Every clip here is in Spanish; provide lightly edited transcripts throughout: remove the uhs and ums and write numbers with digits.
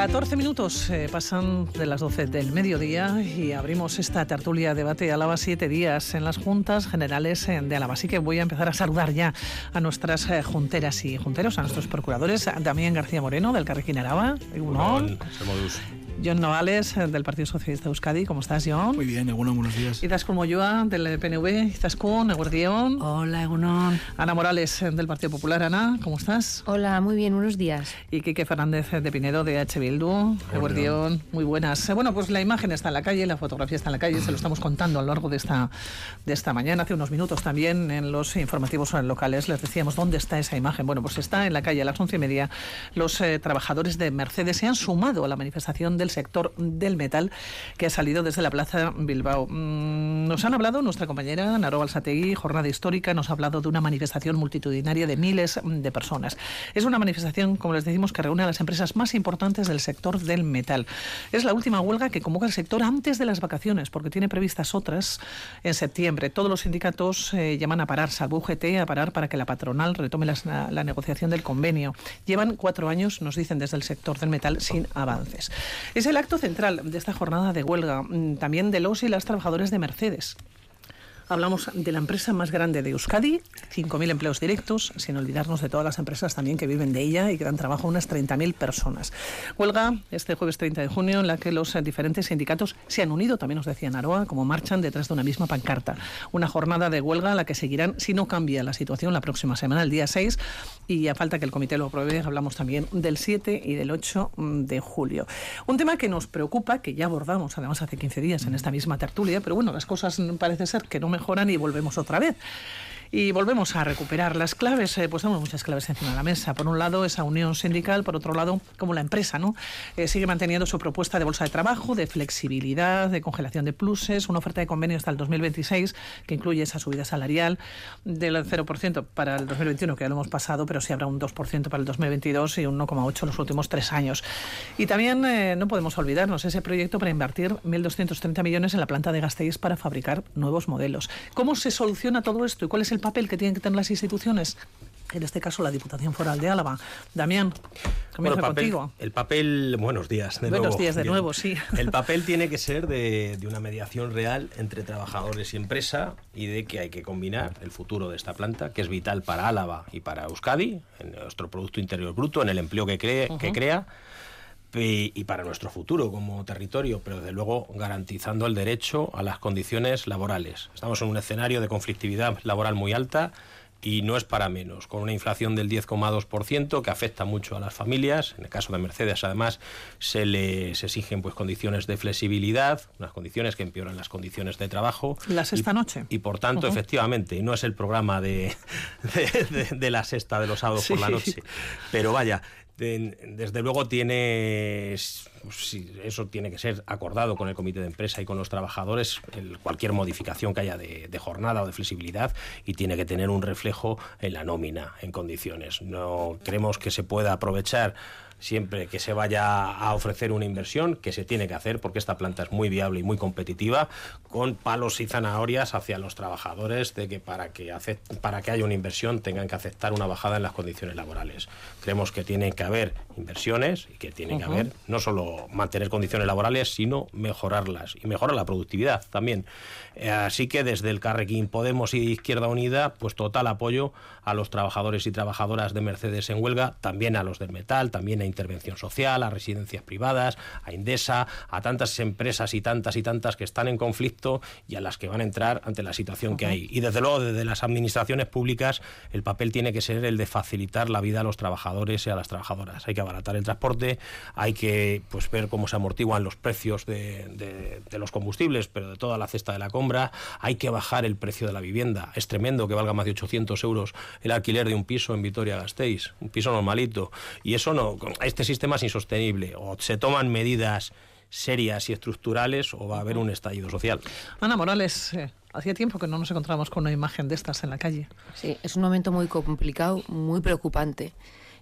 14 minutos pasan de las 12 del mediodía y abrimos esta tertulia debate Álava 7 días en las Juntas Generales de Álava. Así que voy a empezar a saludar ya a nuestras junteras y junteros, a nuestros procuradores, a Damián García Moreno, del Carrequín Araba. Jon Novales, del Partido Socialista de Euskadi. ¿Cómo estás, Jon? Muy bien, Egunon, buenos días. Izaskun Moyua, del PNV. Izaskun, eguerdión. Hola, Egunon. Ana Morales, del Partido Popular. Ana, ¿cómo estás? Hola, muy bien, buenos días. Y Quique Fernández de Pinedo, de H. Bildu. Eguerdión, muy buenas. Bueno, pues la imagen está en la calle, la fotografía está en la calle, se lo estamos contando a lo largo de esta mañana. Hace unos minutos también en los informativos locales les decíamos dónde está esa imagen. Bueno, pues está en la calle a las 11:30. Los trabajadores de Mercedes se han sumado a la manifestación del sector del metal que ha salido desde la Plaza Bilbao. Nos han hablado nuestra compañera Naro Balsategui, jornada histórica, nos ha hablado de una manifestación multitudinaria de miles de personas. Es una manifestación, como les decimos, que reúne a las empresas más importantes del sector del metal. Es la última huelga que convoca el sector antes de las vacaciones, porque tiene previstas otras en septiembre. Todos los sindicatos llaman a parar, salvo UGT, a parar para que la patronal retome la negociación del convenio. Llevan 4 años, nos dicen desde el sector del metal, sin avances. Es el acto central de esta jornada de huelga, también de los y las trabajadores de Mercedes. Hablamos de la empresa más grande de Euskadi, 5.000 empleos directos, sin olvidarnos de todas las empresas también que viven de ella y que dan trabajo a unas 30.000 personas. Huelga este jueves 30 de junio en la que los diferentes sindicatos se han unido, también nos decía Naroa, como marchan detrás de una misma pancarta. Una jornada de huelga a la que seguirán, si no cambia la situación, la próxima semana, el día 6, y a falta que el comité lo apruebe, hablamos también del 7 y del 8 de julio. Un tema que nos preocupa, que ya abordamos además hace 15 días en esta misma tertulia, pero bueno, las cosas parece ser que no mejoran y volvemos otra vez. Y volvemos a recuperar las claves, pues tenemos muchas claves encima de la mesa. Por un lado, esa unión sindical, por otro lado, como la empresa, ¿no? Sigue manteniendo su propuesta de bolsa de trabajo, de flexibilidad, de congelación de pluses, una oferta de convenio hasta el 2026 que incluye esa subida salarial del 0% para el 2021, que ya lo hemos pasado, pero sí habrá un 2% para el 2022 y un 1,8% los últimos 3 años. Y también no podemos olvidarnos ese proyecto para invertir 1.230 millones en la planta de Gasteiz para fabricar nuevos modelos. ¿Cómo se soluciona todo esto y cuál es el papel que tienen que tener las instituciones? En este caso, la Diputación Foral de Álava. Damián, comienzo contigo. El papel, buenos días de nuevo. Buenos días de nuevo, sí. El papel tiene que ser de una mediación real entre trabajadores y empresa y de que hay que combinar el futuro de esta planta, que es vital para Álava y para Euskadi, en nuestro Producto Interior Bruto, en el empleo que crea, y para nuestro futuro como territorio, pero desde luego garantizando el derecho a las condiciones laborales. Estamos en un escenario de conflictividad laboral muy alta y no es para menos, con una inflación del 10,2% que afecta mucho a las familias. En el caso de Mercedes, además, se les exigen pues condiciones de flexibilidad, unas condiciones que empeoran las condiciones de trabajo. La sexta noche. Y por tanto, efectivamente, no es el programa de la sexta de los sábados por la noche, pero vaya, desde luego eso tiene que ser acordado con el comité de empresa y con los trabajadores, cualquier modificación que haya de jornada o de flexibilidad, y tiene que tener un reflejo en la nómina, en condiciones. No creemos que se pueda aprovechar siempre que se vaya a ofrecer una inversión, que se tiene que hacer porque esta planta es muy viable y muy competitiva, con palos y zanahorias hacia los trabajadores de que para que haya una inversión tengan que aceptar una bajada en las condiciones laborales. Creemos que tiene que haber inversiones y que tiene que haber no solo mantener condiciones laborales, sino mejorarlas y mejorar la productividad también. Así que desde el Carrequín Podemos y Izquierda Unida, pues total apoyo a los trabajadores y trabajadoras de Mercedes en huelga, también a los del metal, también a Intervención Social, a residencias privadas, a Indesa, a tantas empresas y tantas que están en conflicto y a las que van a entrar ante la situación que hay. Y desde luego, desde las administraciones públicas, el papel tiene que ser el de facilitar la vida a los trabajadores y a las trabajadoras. Hay que abaratar el transporte, hay que ver cómo se amortiguan los precios de los combustibles, pero de toda la cesta de la compra. Hay que bajar el precio de la vivienda. Es tremendo que valga más de 800 euros el alquiler de un piso en Vitoria-Gasteiz, un piso normalito. Y eso no, este sistema es insostenible. O se toman medidas serias y estructurales o va a haber un estallido social. Ana Morales, hacía tiempo que no nos encontramos con una imagen de estas en la calle. Sí, es un momento muy complicado, muy preocupante.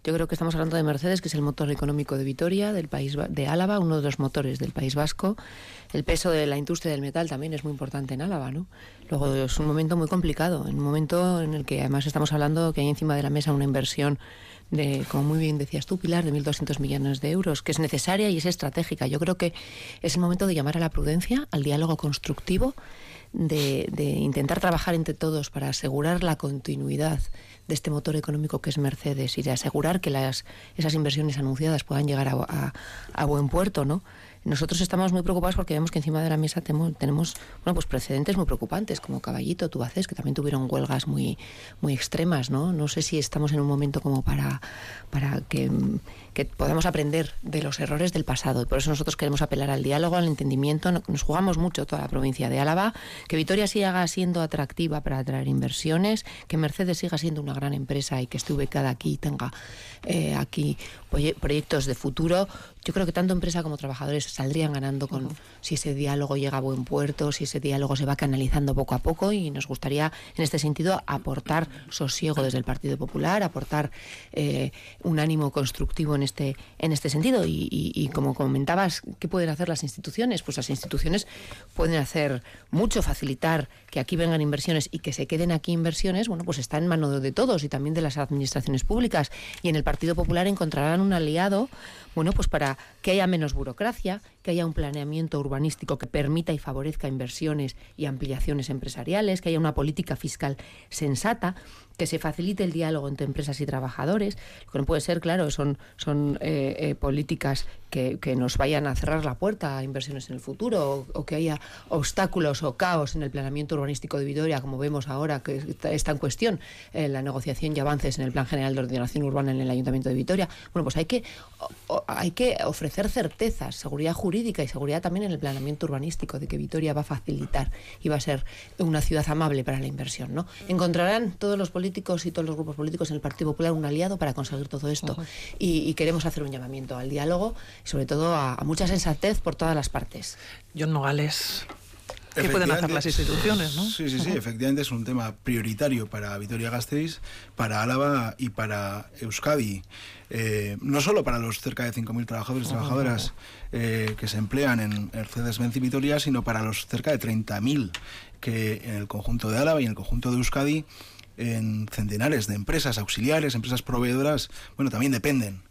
Yo creo que estamos hablando de Mercedes, que es el motor económico de Vitoria, del país de Álava, uno de los motores del País Vasco. El peso de la industria del metal también es muy importante en Álava, ¿no? Luego es un momento muy complicado, un momento en el que además estamos hablando que hay encima de la mesa una inversión de, como muy bien decías tú, Pilar, de 1.200 millones de euros, que es necesaria y es estratégica. Yo creo que es el momento de llamar a la prudencia, al diálogo constructivo, de intentar trabajar entre todos para asegurar la continuidad de este motor económico que es Mercedes y de asegurar que esas inversiones anunciadas puedan llegar a buen puerto, ¿no? Nosotros estamos muy preocupados porque vemos que encima de la mesa tenemos pues precedentes muy preocupantes, como Caballito, Tubacex, que también tuvieron huelgas muy extremas, ¿no? No sé si estamos en un momento como para que podamos aprender de los errores del pasado. Y por eso nosotros queremos apelar al diálogo, al entendimiento. Nos jugamos mucho toda la provincia de Álava, que Vitoria siga siendo atractiva para atraer inversiones, que Mercedes siga siendo una gran empresa y que esté ubicada aquí y tenga aquí proyectos de futuro. Yo creo que tanto empresa como trabajadores saldrían ganando si ese diálogo llega a buen puerto, si ese diálogo se va canalizando poco a poco, y nos gustaría en este sentido aportar sosiego desde el Partido Popular, aportar un ánimo constructivo en este sentido. Y como comentabas, ¿qué pueden hacer las instituciones? Pues las instituciones pueden hacer mucho, facilitar que aquí vengan inversiones y que se queden aquí inversiones. Bueno, pues está en manos de todos y también de las administraciones públicas, y en el Partido Popular encontrarán un aliado, bueno, pues para que haya menos burocracia, que haya un planeamiento urbanístico que permita y favorezca inversiones y ampliaciones empresariales, que haya una política fiscal sensata, que se facilite el diálogo entre empresas y trabajadores. Lo que no puede ser, claro, son políticas que nos vayan a cerrar la puerta a inversiones en el futuro, o que haya obstáculos o caos en el planeamiento urbanístico de Vitoria, como vemos ahora que está en cuestión la negociación y avances en el Plan General de Ordenación Urbana en el Ayuntamiento de Vitoria. Bueno, pues hay que ofrecer certezas, seguridad jurídica y seguridad también en el planeamiento urbanístico, de que Vitoria va a facilitar y va a ser una ciudad amable para la inversión, ¿no? Encontrarán todos los políticos y todos los grupos políticos en el Partido Popular un aliado para conseguir todo esto. Y queremos hacer un llamamiento al diálogo y sobre todo a mucha sensatez por todas las partes. John Nogales, ¿qué pueden hacer las instituciones, no? Sí, efectivamente es un tema prioritario para Vitoria-Gasteiz, para Álava y para Euskadi. No solo para los cerca de 5.000 trabajadores y trabajadoras que se emplean en Mercedes-Benz y Vitoria, sino para los cerca de 30.000 que en el conjunto de Álava y en el conjunto de Euskadi, en centenares de empresas auxiliares, empresas proveedoras, bueno, también dependen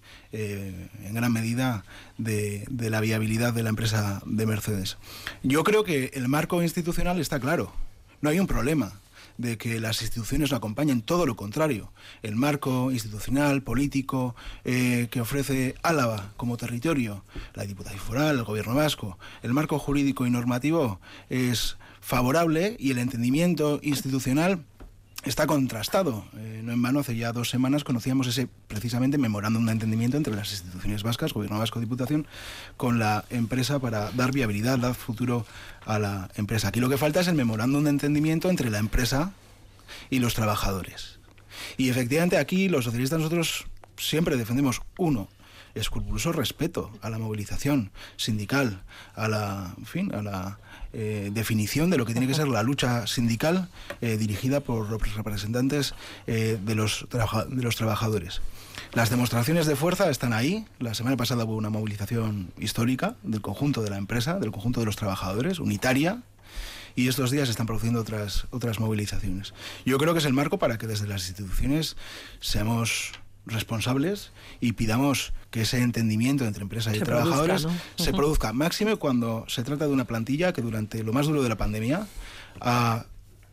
en gran medida de la viabilidad de la empresa de Mercedes. Yo creo que el marco institucional está claro. No hay un problema de que las instituciones lo acompañen, todo lo contrario. El marco institucional, político, que ofrece Álava como territorio, la Diputación Foral, el Gobierno vasco, el marco jurídico y normativo es favorable, y el entendimiento institucional está contrastado. No en vano, hace ya 2 semanas conocíamos ese, precisamente, memorándum de entendimiento entre las instituciones vascas, Gobierno vasco, Diputación, con la empresa para dar viabilidad, dar futuro a la empresa. Aquí lo que falta es el memorándum de entendimiento entre la empresa y los trabajadores. Y efectivamente aquí los socialistas nosotros siempre defendemos, escrupuloso respeto a la movilización sindical, a la definición de lo que tiene que ser la lucha sindical dirigida por los representantes de los trabajadores. Las demostraciones de fuerza están ahí. La semana pasada hubo una movilización histórica del conjunto de la empresa, del conjunto de los trabajadores, unitaria, y estos días se están produciendo otras movilizaciones. Yo creo que es el marco para que desde las instituciones seamos responsables y pidamos que ese entendimiento entre empresas y trabajadores se produzca, máxime cuando se trata de una plantilla que durante lo más duro de la pandemia ha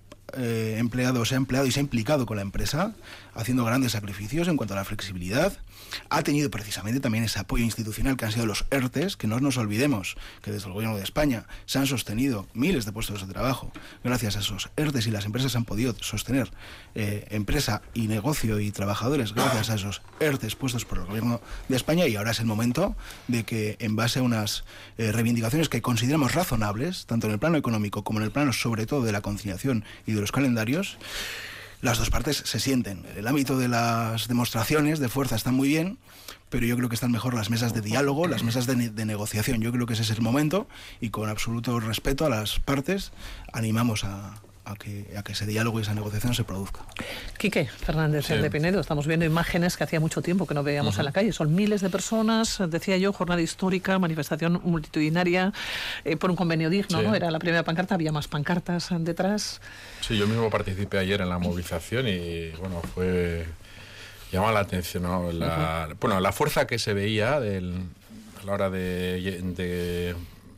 se ha empleado y se ha implicado con la empresa, haciendo grandes sacrificios en cuanto a la flexibilidad. Ha tenido precisamente también ese apoyo institucional que han sido los ERTEs, que no nos olvidemos que desde el Gobierno de España se han sostenido miles de puestos de trabajo gracias a esos ERTEs, y las empresas han podido sostener empresa y negocio y trabajadores gracias a esos ERTEs puestos por el Gobierno de España. Y ahora es el momento de que, en base a unas reivindicaciones que consideramos razonables, tanto en el plano económico como en el plano sobre todo de la conciliación y de los calendarios, las dos partes se sienten. El ámbito de las demostraciones de fuerza está muy bien, pero yo creo que están mejor las mesas de diálogo, las mesas de negociación. Yo creo que ese es el momento, y con absoluto respeto a las partes animamos a que ese diálogo y esa negociación se produzca. Quique Fernández, Sí. de Pinedo, estamos viendo imágenes que hacía mucho tiempo que no veíamos en la calle. Son miles de personas, decía yo, jornada histórica, manifestación multitudinaria por un convenio digno, Sí. ¿no? Era la primera pancarta, había más pancartas detrás. Sí, yo mismo participé ayer en la movilización y bueno, llama la atención, ¿no? La fuerza que se veía a la hora de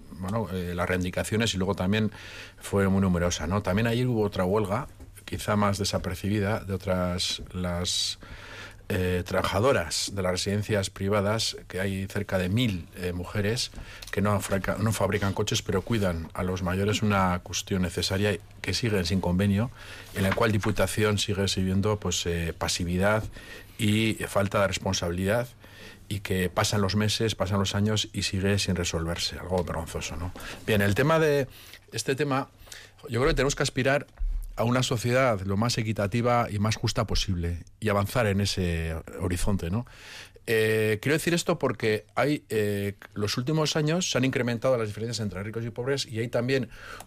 las reivindicaciones, y luego también fue muy numerosa, ¿no? También ayer hubo otra huelga, quizá más desapercibida, de las trabajadoras de las residencias privadas, que hay cerca de 1000 mujeres que no fabrican coches, pero cuidan a los mayores, una cuestión necesaria, que siguen sin convenio, en la cual Diputación sigue exhibiendo pasividad y falta de responsabilidad, y que pasan los meses, pasan los años y sigue sin resolverse, algo vergonzoso, ¿no? Bien, este tema, yo creo que tenemos que aspirar a una sociedad lo más equitativa y más justa posible y avanzar en ese horizonte, ¿no? Quiero decir esto porque los últimos años se han incrementado las diferencias entre ricos y pobres, y hay también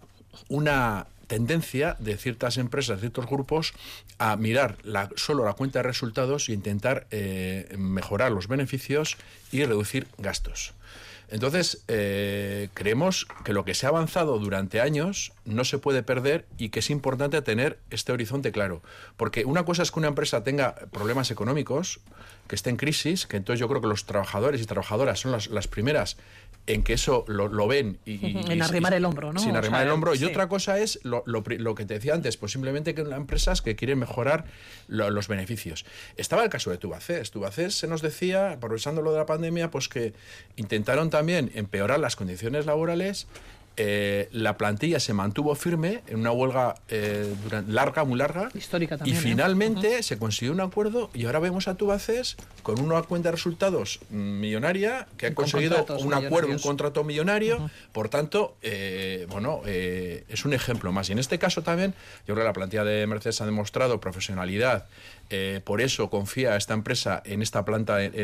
una tendencia de ciertas empresas, de ciertos grupos, a mirar solo la cuenta de resultados e intentar mejorar los beneficios y reducir gastos. Entonces, creemos que lo que se ha avanzado durante años no se puede perder, y que es importante tener este horizonte claro. Porque una cosa es que una empresa tenga problemas económicos, que esté en crisis, que entonces yo creo que los trabajadores y trabajadoras son las primeras en que eso lo ven en arrimar el hombro, ¿no? Sin arrimar el hombro. Sí. Y otra cosa es lo que te decía antes, pues simplemente que las empresas que quieren mejorar los beneficios. Estaba el caso de Tubacex. Tubacex se nos decía, aprovechando lo de la pandemia, pues que intentaron también empeorar las condiciones laborales. La plantilla se mantuvo firme en una huelga muy larga, histórica también, y finalmente se consiguió un acuerdo, y ahora vemos a Tubacex con una cuenta de resultados millonaria, que ha conseguido un contrato millonario. Por tanto, es un ejemplo más. Y en este caso también, yo creo que la plantilla de Mercedes ha demostrado profesionalidad. Por eso confía esta empresa en esta planta a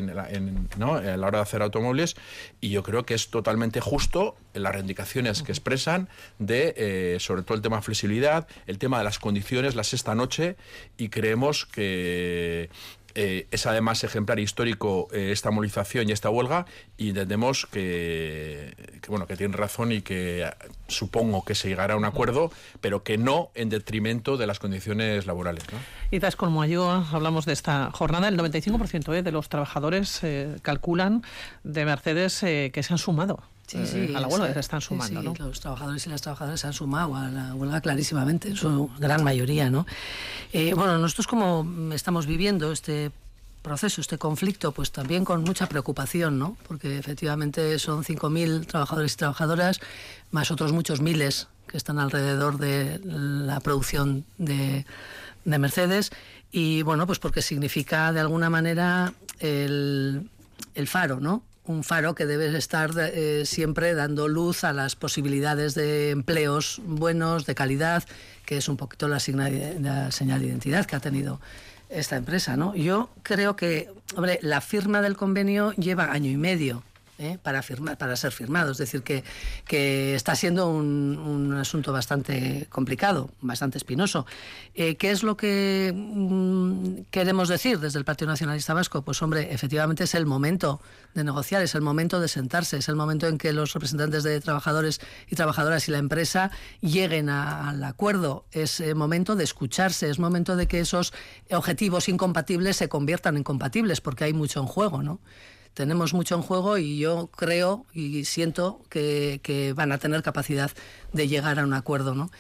la hora de hacer automóviles, y yo creo que es totalmente justo las reivindicaciones que expresan sobre todo el tema de flexibilidad, el tema de las condiciones, la sexta noche, y creemos que es además ejemplar histórico esta movilización y esta huelga, y entendemos que tienen razón, y que supongo que se llegará a un acuerdo, pero que no en detrimento de las condiciones laborales, ¿no? Izaskun Moaioa, hablamos de esta jornada. El 95% de los trabajadores calculan de Mercedes que se han sumado. Sí, a la huelga se están sumando, sí, ¿no? Los trabajadores y las trabajadoras se han sumado a la huelga clarísimamente, en su gran mayoría, ¿no? Nosotros, como estamos viviendo este proceso, este conflicto, pues también con mucha preocupación, ¿no? Porque efectivamente son 5.000 trabajadores y trabajadoras, más otros muchos miles que están alrededor de la producción de Mercedes, y pues porque significa de alguna manera el faro, ¿no? Un faro que debe estar siempre dando luz a las posibilidades de empleos buenos, de calidad, que es un poquito la señal de identidad que ha tenido esta empresa, ¿no? Yo creo que, la firma del convenio lleva año y medio para ser firmado, es decir, que está siendo un asunto bastante complicado, bastante espinoso. ¿Qué es lo que queremos decir desde el Partido Nacionalista Vasco? Pues efectivamente es el momento de negociar, es el momento de sentarse, es el momento en que los representantes de trabajadores y trabajadoras y la empresa lleguen al acuerdo, es momento de escucharse, es momento de que esos objetivos incompatibles se conviertan en compatibles, porque hay mucho en juego, ¿no? Tenemos mucho en juego, y yo creo y siento que van a tener capacidad de llegar a un acuerdo, ¿no?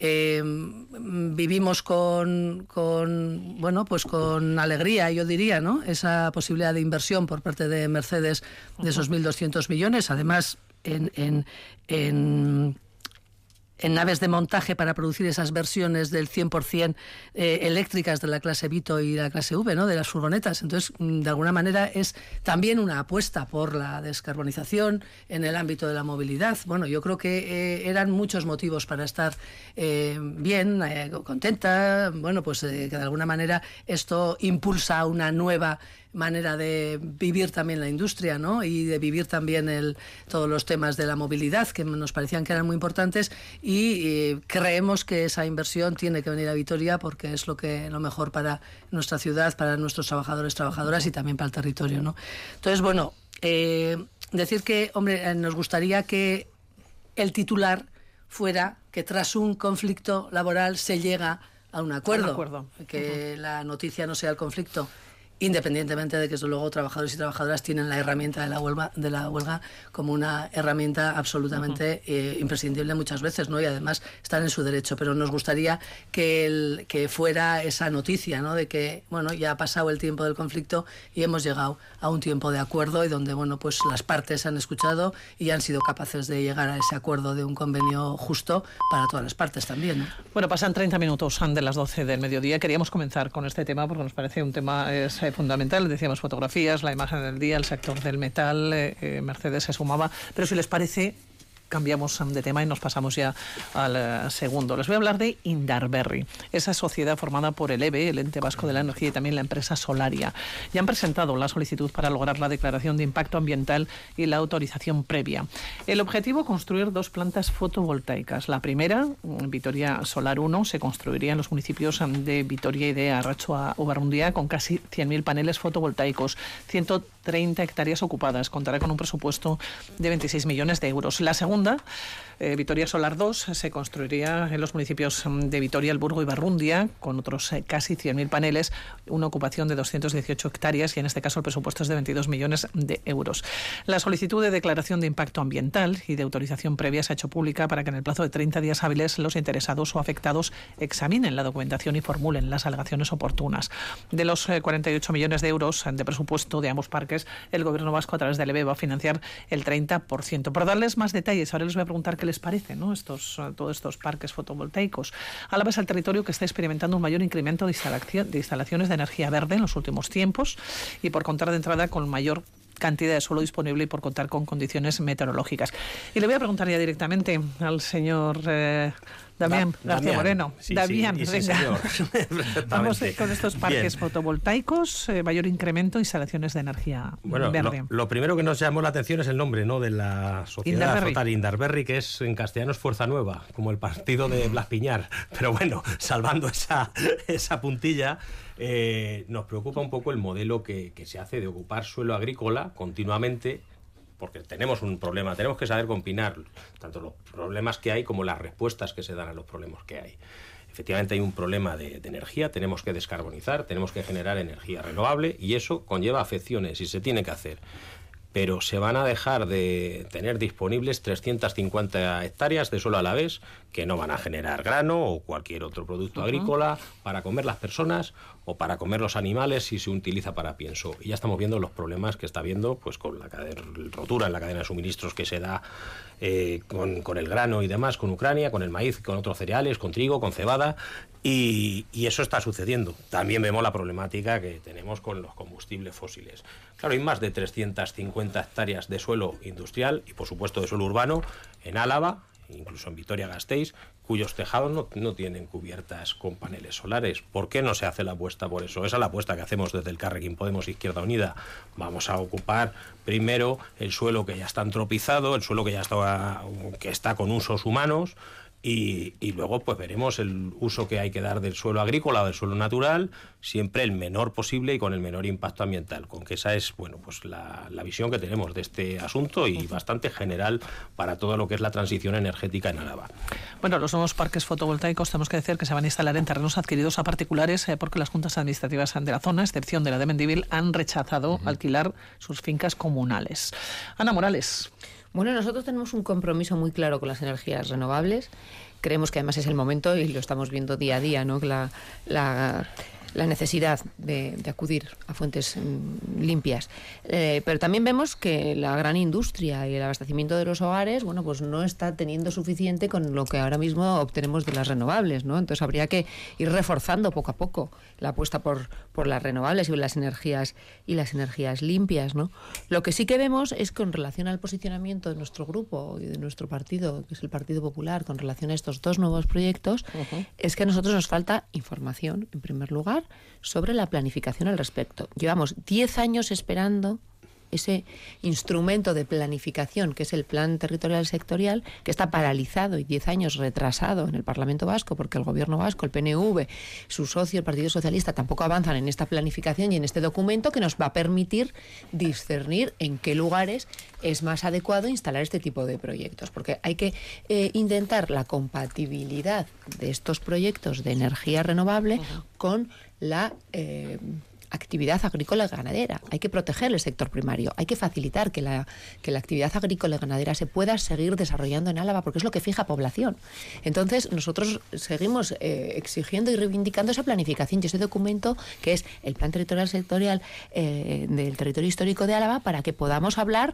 Vivimos con alegría, yo diría, ¿no? Esa posibilidad de inversión por parte de Mercedes de esos 1.200 millones, además en naves de montaje para producir esas versiones del 100% eléctricas de la clase Vito y la clase V, ¿no? De las furgonetas. Entonces, de alguna manera es también una apuesta por la descarbonización en el ámbito de la movilidad. Yo creo que eran muchos motivos para estar bien, contenta, que de alguna manera esto impulsa una nueva manera de vivir también la industria, ¿no? Y de vivir también todos los temas de la movilidad, que nos parecían que eran muy importantes, y creemos que esa inversión tiene que venir a Vitoria porque es lo mejor para nuestra ciudad, para nuestros trabajadores, trabajadoras y también para el territorio, ¿no? Entonces, bueno, decir que, hombre, nos gustaría que el titular fuera que tras un conflicto laboral se llega a un acuerdo. Que la noticia no sea el conflicto, independientemente de que, desde luego, trabajadores y trabajadoras tienen la herramienta de la huelga como una herramienta absolutamente imprescindible muchas veces, ¿no? Y además están en su derecho. Pero nos gustaría que fuera esa noticia, ¿no? De que, bueno, ya ha pasado el tiempo del conflicto y hemos llegado a un tiempo de acuerdo y donde, bueno, pues las partes han escuchado y han sido capaces de llegar a ese acuerdo de un convenio justo para todas las partes también, ¿no? Bueno, pasan 30 minutos de las 12 del mediodía. Queríamos comenzar con este tema porque nos parece un tema fundamental. Decíamos fotografías, la imagen del día, el sector del metal, Mercedes se sumaba, pero si les parece, cambiamos de tema y nos pasamos ya al segundo. Les voy a hablar de Indarberri, esa sociedad formada por el EVE, el Ente Vasco de la Energía, y también la empresa Solaria. Ya han presentado la solicitud para lograr la declaración de impacto ambiental y la autorización previa. El objetivo, construir 2 plantas fotovoltaicas. La primera, Vitoria Solar 1, se construiría en los municipios de Vitoria y de Arratxoa-Ubarrundia con casi 100.000 paneles fotovoltaicos, 130 hectáreas ocupadas. Contará con un presupuesto de 26 millones de euros. La segunda, Vitoria Solar 2, se construiría en los municipios de Vitoria, El Burgo y Barrundia, con otros casi 100.000 paneles, una ocupación de 218 hectáreas y en este caso el presupuesto es de 22 millones de euros. La solicitud de declaración de impacto ambiental y de autorización previa se ha hecho pública para que en el plazo de 30 días hábiles los interesados o afectados examinen la documentación y formulen las alegaciones oportunas. De los 48 millones de euros de presupuesto de ambos parques, el Gobierno vasco a través del EVE va a financiar el 30%. Por darles más detalles, ahora les voy a preguntar qué les parece, ¿no? Todos estos parques fotovoltaicos. Álava es el territorio que está experimentando un mayor incremento de instalaciones de energía verde en los últimos tiempos y por contar de entrada con mayor cantidad de suelo disponible y por contar con condiciones meteorológicas. Y le voy a preguntar ya directamente al señor Damián García Moreno. Sí, Damián, sí, venga. señor. Vamos con estos parques Bien. fotovoltaicos, mayor incremento, instalaciones de energía verde. Lo primero que nos llamó la atención es el nombre, ¿no?, de la sociedad Solar Indarberri, que es en castellano es Fuerza Nueva, como el partido de Blas Piñar. Pero bueno, salvando esa puntilla, nos preocupa un poco el modelo que se hace de ocupar suelo agrícola continuamente, porque tenemos un problema, tenemos que saber combinar tanto los problemas que hay como las respuestas que se dan a los problemas que hay. Efectivamente hay un problema de energía, tenemos que descarbonizar, tenemos que generar energía renovable y eso conlleva afecciones y se tiene que hacer. Pero se van a dejar de tener disponibles 350 hectáreas de suelo alavés que no van a generar grano o cualquier otro producto agrícola para comer las personas o para comer los animales si se utiliza para pienso. Y ya estamos viendo los problemas que está habiendo pues con la rotura en la cadena de suministros que se da con el grano y demás, con Ucrania, con el maíz, con otros cereales, con trigo, con cebada. Y eso está sucediendo. También vemos la problemática que tenemos con los combustibles fósiles. Claro, hay más de 350 hectáreas de suelo industrial y, por supuesto, de suelo urbano en Álava, incluso en Vitoria-Gasteiz, cuyos tejados no tienen cubiertas con paneles solares. ¿Por qué no se hace la apuesta por eso? Esa es la apuesta que hacemos desde el Carrequín Podemos Izquierda Unida. Vamos a ocupar primero el suelo que ya está antropizado, el suelo que ya está con usos humanos, y luego pues veremos el uso que hay que dar del suelo agrícola o del suelo natural, siempre el menor posible y con el menor impacto ambiental, con que esa es pues la visión que tenemos de este asunto y bastante general para todo lo que es la transición energética en Álava. Bueno, los nuevos parques fotovoltaicos tenemos que decir que se van a instalar en terrenos adquiridos a particulares porque las juntas administrativas de la zona, a excepción de la de Mendívil, han rechazado alquilar sus fincas comunales. Ana Morales. Bueno, nosotros tenemos un compromiso muy claro con las energías renovables. Creemos que además es el momento y lo estamos viendo día a día, ¿no? La necesidad de acudir a fuentes limpias. Pero también vemos que la gran industria y el abastecimiento de los hogares, bueno, pues no está teniendo suficiente con lo que ahora mismo obtenemos de las renovables, ¿no? Entonces habría que ir reforzando poco a poco la apuesta por las renovables y las energías limpias, ¿no? Lo que sí que vemos es con relación al posicionamiento de nuestro grupo y de nuestro partido, que es el Partido Popular, con relación a estos 2 nuevos proyectos, es que a nosotros nos falta información, en primer lugar, hablar sobre la planificación al respecto. Llevamos 10 años esperando ese instrumento de planificación que es el Plan Territorial Sectorial, que está paralizado y 10 años retrasado en el Parlamento Vasco, porque el Gobierno vasco, el PNV, su socio, el Partido Socialista, tampoco avanzan en esta planificación y en este documento que nos va a permitir discernir en qué lugares es más adecuado instalar este tipo de proyectos, porque hay que intentar la compatibilidad de estos proyectos de energía renovable con la actividad agrícola y ganadera. Hay que proteger el sector primario, hay que facilitar que la actividad agrícola y ganadera se pueda seguir desarrollando en Álava, porque es lo que fija población. Entonces, nosotros seguimos exigiendo y reivindicando esa planificación y ese documento que es el Plan Territorial Sectorial del Territorio Histórico de Álava, para que podamos hablar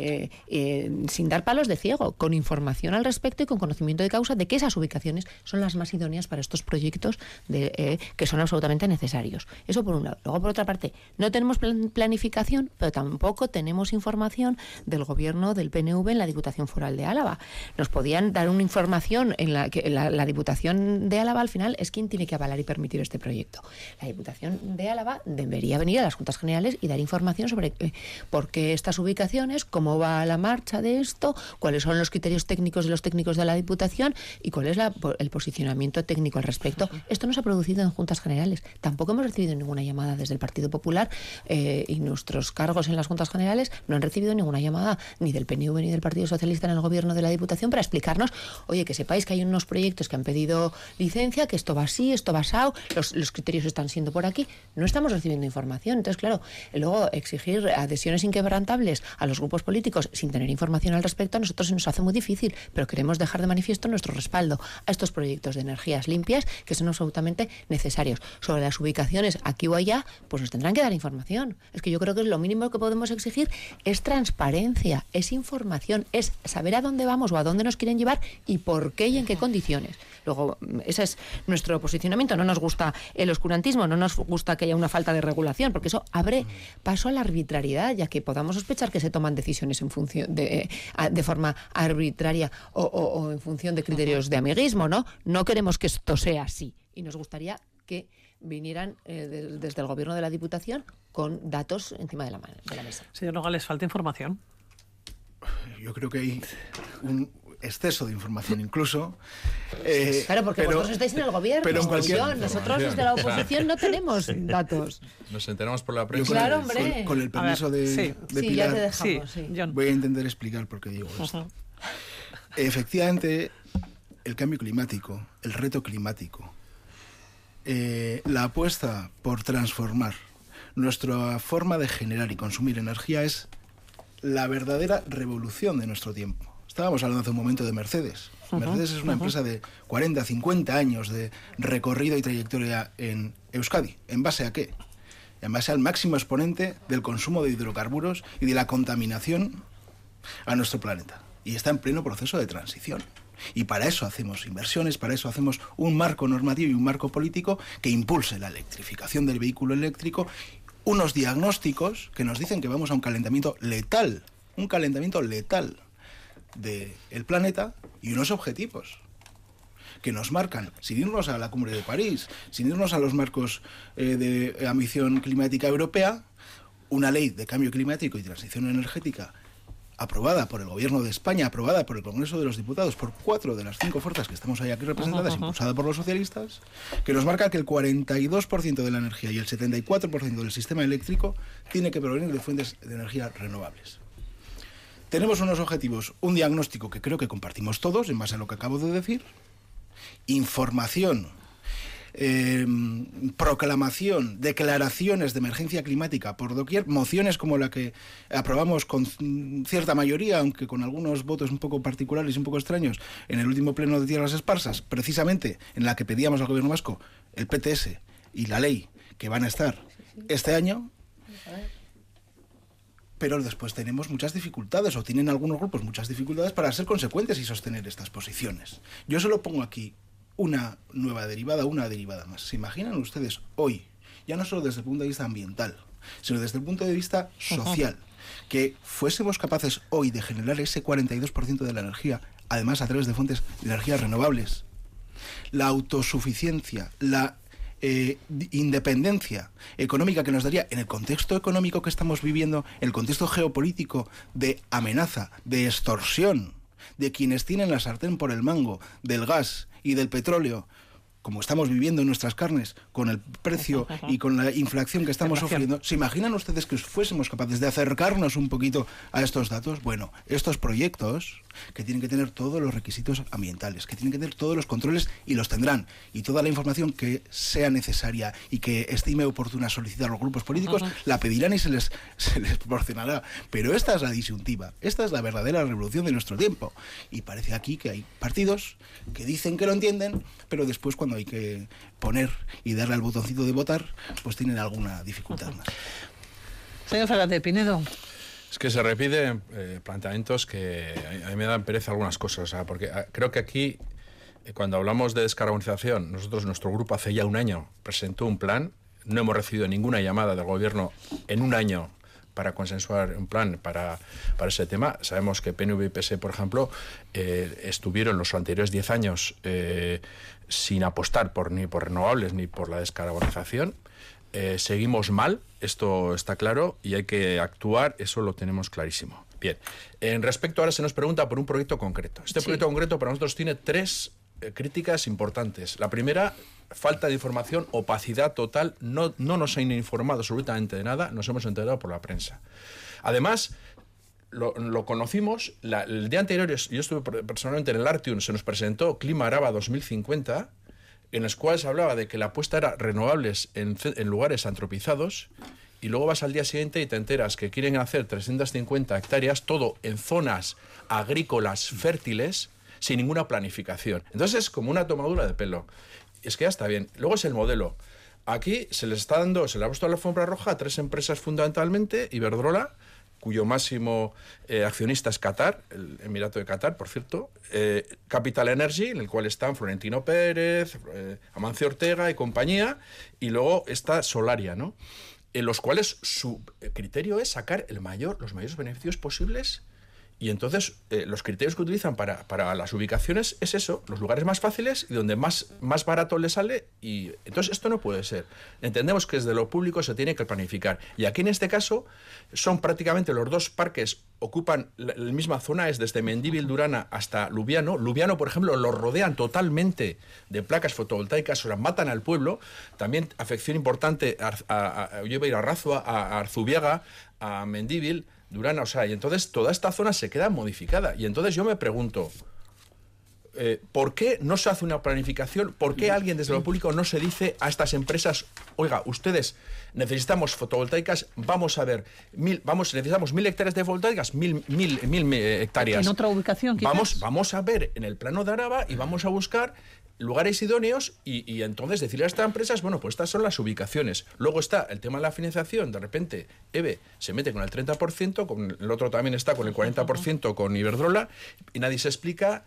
sin dar palos de ciego, con información al respecto y con conocimiento de causa de que esas ubicaciones son las más idóneas para estos proyectos que son absolutamente necesarios. Eso por un lado. Luego, por otra parte, no tenemos planificación, pero tampoco tenemos información del Gobierno del PNV en la Diputación Foral de Álava. Nos podían dar una información en la que la Diputación de Álava al final es quien tiene que avalar y permitir este proyecto. La Diputación de Álava debería venir a las Juntas Generales y dar información sobre por qué estas ubicaciones, cómo va la marcha de esto, cuáles son los criterios técnicos de los técnicos de la Diputación y cuál es el posicionamiento técnico al respecto. Esto no se ha producido en Juntas Generales. Tampoco hemos recibido ninguna llamada desde el Partido Popular y nuestros cargos en las Juntas Generales no han recibido ninguna llamada ni del PNV ni del Partido Socialista en el Gobierno de la Diputación para explicarnos, oye, que sepáis que hay unos proyectos que han pedido licencia, que esto va así, esto va asado, los criterios están siendo por aquí. No estamos recibiendo información. Entonces, claro, luego exigir adhesiones inquebrantables a los grupos políticos sin tener información al respecto a nosotros se nos hace muy difícil, pero queremos dejar de manifiesto nuestro respaldo a estos proyectos de energías limpias que son absolutamente necesarios. Sobre las ubicaciones aquí o allá, pues nos tendrán que dar información. Es que yo creo que lo mínimo que podemos exigir es transparencia, es información, es saber a dónde vamos o a dónde nos quieren llevar y por qué y en qué condiciones. Luego, ese es nuestro posicionamiento. No nos gusta el oscurantismo, no nos gusta que haya una falta de regulación, porque eso abre paso a la arbitrariedad, ya que podamos sospechar que se toman decisiones en función de forma arbitraria o en función de criterios de amiguismo, ¿no? No queremos que esto sea así y nos gustaría que vinieran desde el Gobierno de la Diputación con datos encima de la mesa. Señor Nogales, ¿falta información? Yo creo que hay un exceso de información incluso. Claro, porque vosotros estáis en el Gobierno. Pero nosotros desde la oposición no tenemos datos. Nos enteramos por la prensa. Claro, hombre. Con el permiso de Pilar, ya te dejamos. Voy a intentar explicar por qué digo esto. Efectivamente, el cambio climático, el reto climático, la apuesta por transformar nuestra forma de generar y consumir energía es la verdadera revolución de nuestro tiempo. Estábamos hablando hace un momento de Mercedes. Mercedes es una empresa de 40, 50 años de recorrido y trayectoria en Euskadi. ¿En base a qué? En base al máximo exponente del consumo de hidrocarburos y de la contaminación a nuestro planeta. Y está en pleno proceso de transición. Y para eso hacemos inversiones, para eso hacemos un marco normativo y un marco político que impulse la electrificación del vehículo eléctrico, unos diagnósticos que nos dicen que vamos a un calentamiento letal del planeta y unos objetivos que nos marcan, sin irnos a la Cumbre de París, sin irnos a los marcos de ambición climática europea, una ley de cambio climático y transición energética aprobada por el Gobierno de España, aprobada por el Congreso de los Diputados, por 4 de las 5 fuerzas que estamos ahí aquí representadas, impulsada por los socialistas, que nos marca que el 42% de la energía y el 74% del sistema eléctrico tiene que provenir de fuentes de energía renovables. Tenemos unos objetivos, un diagnóstico que creo que compartimos todos, en base a lo que acabo de decir, información, proclamación, declaraciones de emergencia climática por doquier, mociones como la que aprobamos con cierta mayoría, aunque con algunos votos un poco particulares y un poco extraños, en el último pleno de Tierras Esparsas, precisamente en la que pedíamos al Gobierno vasco el PTS y la ley que van a estar este año. Pero después tenemos muchas dificultades, o tienen algunos grupos muchas dificultades para ser consecuentes y sostener estas posiciones. Yo solo pongo aquí una nueva derivada, una derivada más. ¿Se imaginan ustedes hoy, ya no solo desde el punto de vista ambiental, sino desde el punto de vista social, que fuésemos capaces hoy de generar ese 42% de la energía, además a través de fuentes de energía renovables? La autosuficiencia, la independencia económica que nos daría en el contexto económico que estamos viviendo, el contexto geopolítico de amenaza, de extorsión, de quienes tienen la sartén por el mango, del gas y del petróleo, como estamos viviendo en nuestras carnes, con el precio y con la inflación que estamos sufriendo, ¿se imaginan ustedes que fuésemos capaces de acercarnos un poquito a estos datos? Bueno, estos proyectos que tienen que tener todos los requisitos ambientales, que tienen que tener todos los controles, y los tendrán, y toda la información que sea necesaria y que estime oportuna solicitar los grupos políticos, la pedirán y se les proporcionará. Pero esta es la disyuntiva, esta es la verdadera revolución de nuestro tiempo. Y parece aquí que hay partidos que dicen que lo entienden, pero después cuando hay que poner y darle al botoncito de votar, pues tienen alguna dificultad más. Señor Fernández Pinedo. Es que se repiten planteamientos que a mí me dan pereza algunas cosas, o sea, porque creo que aquí, cuando hablamos de descarbonización, nuestro grupo hace ya un año presentó un plan, no hemos recibido ninguna llamada del gobierno en un año para consensuar un plan para ese tema. Sabemos que PNV y PSE, por ejemplo, estuvieron los anteriores 10 años sin apostar ni por renovables ni por la descarbonización. Seguimos mal, esto está claro, y hay que actuar, eso lo tenemos clarísimo. Bien, en respecto, ahora se nos pregunta por un proyecto concreto. Este proyecto concreto para nosotros tiene 3 críticas importantes. La primera, falta de información, opacidad total, no nos han informado absolutamente de nada, nos hemos enterado por la prensa. Además, lo conocimos, el día anterior, yo estuve personalmente en el Artium, se nos presentó Clima Araba 2050, en los cuales se hablaba de que la apuesta era renovables en lugares antropizados, y luego vas al día siguiente y te enteras que quieren hacer 350 hectáreas, todo en zonas agrícolas fértiles, sin ninguna planificación. Entonces es como una tomadura de pelo. Es que ya está bien. Luego es el modelo. Aquí se le ha puesto la alfombra roja a 3 empresas fundamentalmente, Iberdrola, cuyo máximo accionista es Qatar, el Emirato de Qatar, por cierto, Capital Energy, en el cual están Florentino Pérez, Amancio Ortega y compañía, y luego está Solaria, ¿no? En los cuales su criterio es sacar los mayores beneficios posibles. Y entonces los criterios que utilizan para las ubicaciones es eso, los lugares más fáciles y donde más barato le sale. Y entonces esto no puede ser. Entendemos que desde lo público se tiene que planificar. Y aquí en este caso son prácticamente los 2 parques, ocupan la misma zona, es desde Mendívil, Durana hasta Lubiano. Lubiano, por ejemplo, lo rodean totalmente de placas fotovoltaicas, o sea, matan al pueblo. También afección importante, yo iba a ir a Arrazua, a Arzubiaga, a Mendívil, Durana, o sea, y entonces toda esta zona se queda modificada. Y entonces yo me pregunto, ¿por qué no se hace una planificación? ¿Por qué alguien desde lo público no se dice a estas empresas, oiga, ustedes necesitamos fotovoltaicas, vamos a ver, necesitamos 1.000 hectáreas de fotovoltaicas, 1.000 hectáreas. ¿En otra ubicación quizás? Vamos a ver en el plano de Araba y vamos a buscar lugares idóneos y entonces decirle a estas empresas, bueno, pues estas son las ubicaciones. Luego está el tema de la financiación, de repente EVE se mete con el 30%, el otro también está con el 40% con Iberdrola, y nadie se explica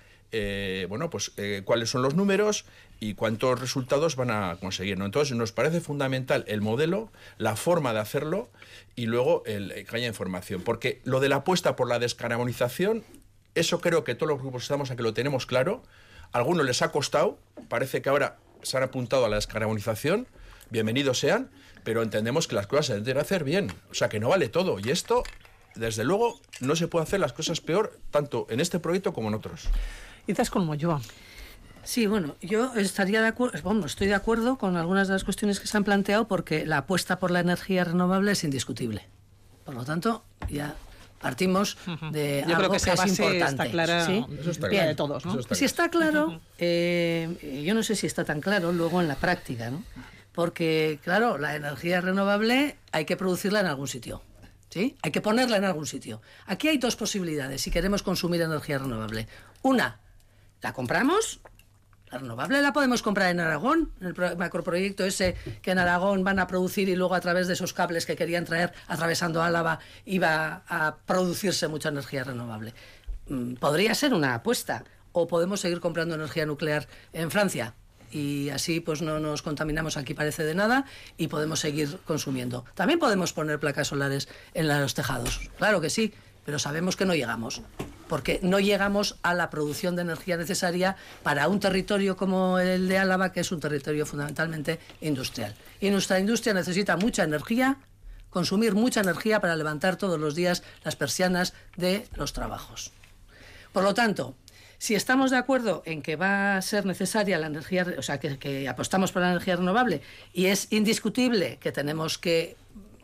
cuáles son los números y cuántos resultados van a conseguir, ¿no? Entonces nos parece fundamental el modelo, la forma de hacerlo y luego que haya información, porque lo de la apuesta por la descarbonización, eso creo que todos los grupos estamos a que lo tenemos claro. A algunos les ha costado, parece que ahora se han apuntado a la descarbonización, bienvenidos sean, pero entendemos que las cosas se deben hacer bien, o sea que no vale todo, y esto, desde luego, no se puede hacer las cosas peor, tanto en este proyecto como en otros. Quizás con Moyúa. Sí, bueno, yo estoy de acuerdo con algunas de las cuestiones que se han planteado, porque la apuesta por la energía renovable es indiscutible. Por lo tanto, ya partimos de yo algo creo que esa es base importante. está clara, ¿sí? Eso está bien claro. de todos, ¿no? Si está claro, yo no sé si está tan claro luego en la práctica, ¿no? Porque, claro, la energía renovable hay que producirla en algún sitio, ¿sí? Hay que ponerla en algún sitio. Aquí hay 2 posibilidades si queremos consumir energía renovable. Una, la compramos. La renovable la podemos comprar en Aragón, en el macroproyecto ese que en Aragón van a producir y luego a través de esos cables que querían traer atravesando Álava iba a producirse mucha energía renovable. Podría ser una apuesta. O podemos seguir comprando energía nuclear en Francia y así pues no nos contaminamos aquí parece de nada y podemos seguir consumiendo. También podemos poner placas solares en los tejados, claro que sí, pero sabemos que no llegamos. porque no llegamos a la producción de energía necesaria para un territorio como el de Álava, que es un territorio fundamentalmente industrial. Y nuestra industria necesita mucha energía, consumir mucha energía para levantar todos los días las persianas de los trabajos. Por lo tanto, si estamos de acuerdo en que va a ser necesaria la energía, o sea, que apostamos por la energía renovable, y es indiscutible que tenemos que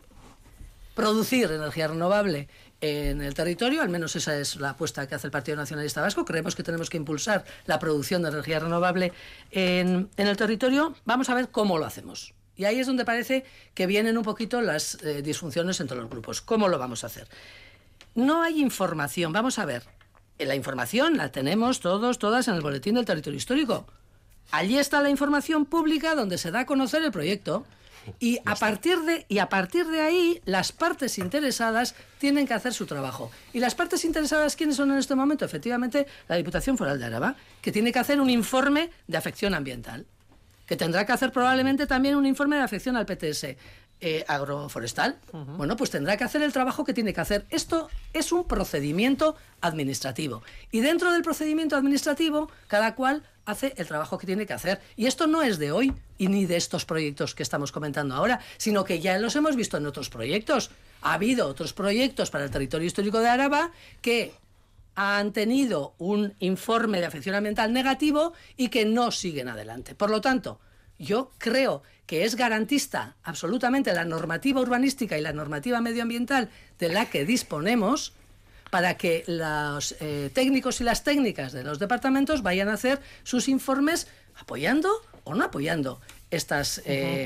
producir energía renovable en el territorio, al menos esa es la apuesta que hace el Partido Nacionalista Vasco, creemos que tenemos que impulsar la producción de energía renovable en el territorio, vamos a ver cómo lo hacemos. Y ahí es donde parece que vienen un poquito las disfunciones entre los grupos. ¿Cómo lo vamos a hacer? No hay información, vamos a ver. La información la tenemos todas en el Boletín del Territorio Histórico. Allí está la información pública donde se da a conocer el proyecto. Y a partir de ahí, las partes interesadas tienen que hacer su trabajo. ¿Y las partes interesadas quiénes son en este momento? Efectivamente, la Diputación Foral de Álava, que tiene que hacer un informe de afección ambiental, que tendrá que hacer probablemente también un informe de afección al PTS agroforestal. Bueno, pues tendrá que hacer el trabajo que tiene que hacer. Esto es un procedimiento administrativo. Y dentro del procedimiento administrativo, cada cual hace el trabajo que tiene que hacer. Y esto no es de hoy y ni de estos proyectos que estamos comentando ahora, sino que ya los hemos visto en otros proyectos. Ha habido otros proyectos para el territorio histórico de Álava que han tenido un informe de afección ambiental negativo y que no siguen adelante. Por lo tanto, yo creo que es garantista absolutamente la normativa urbanística y la normativa medioambiental de la que disponemos para que los técnicos y las técnicas de los departamentos vayan a hacer sus informes apoyando o no apoyando estos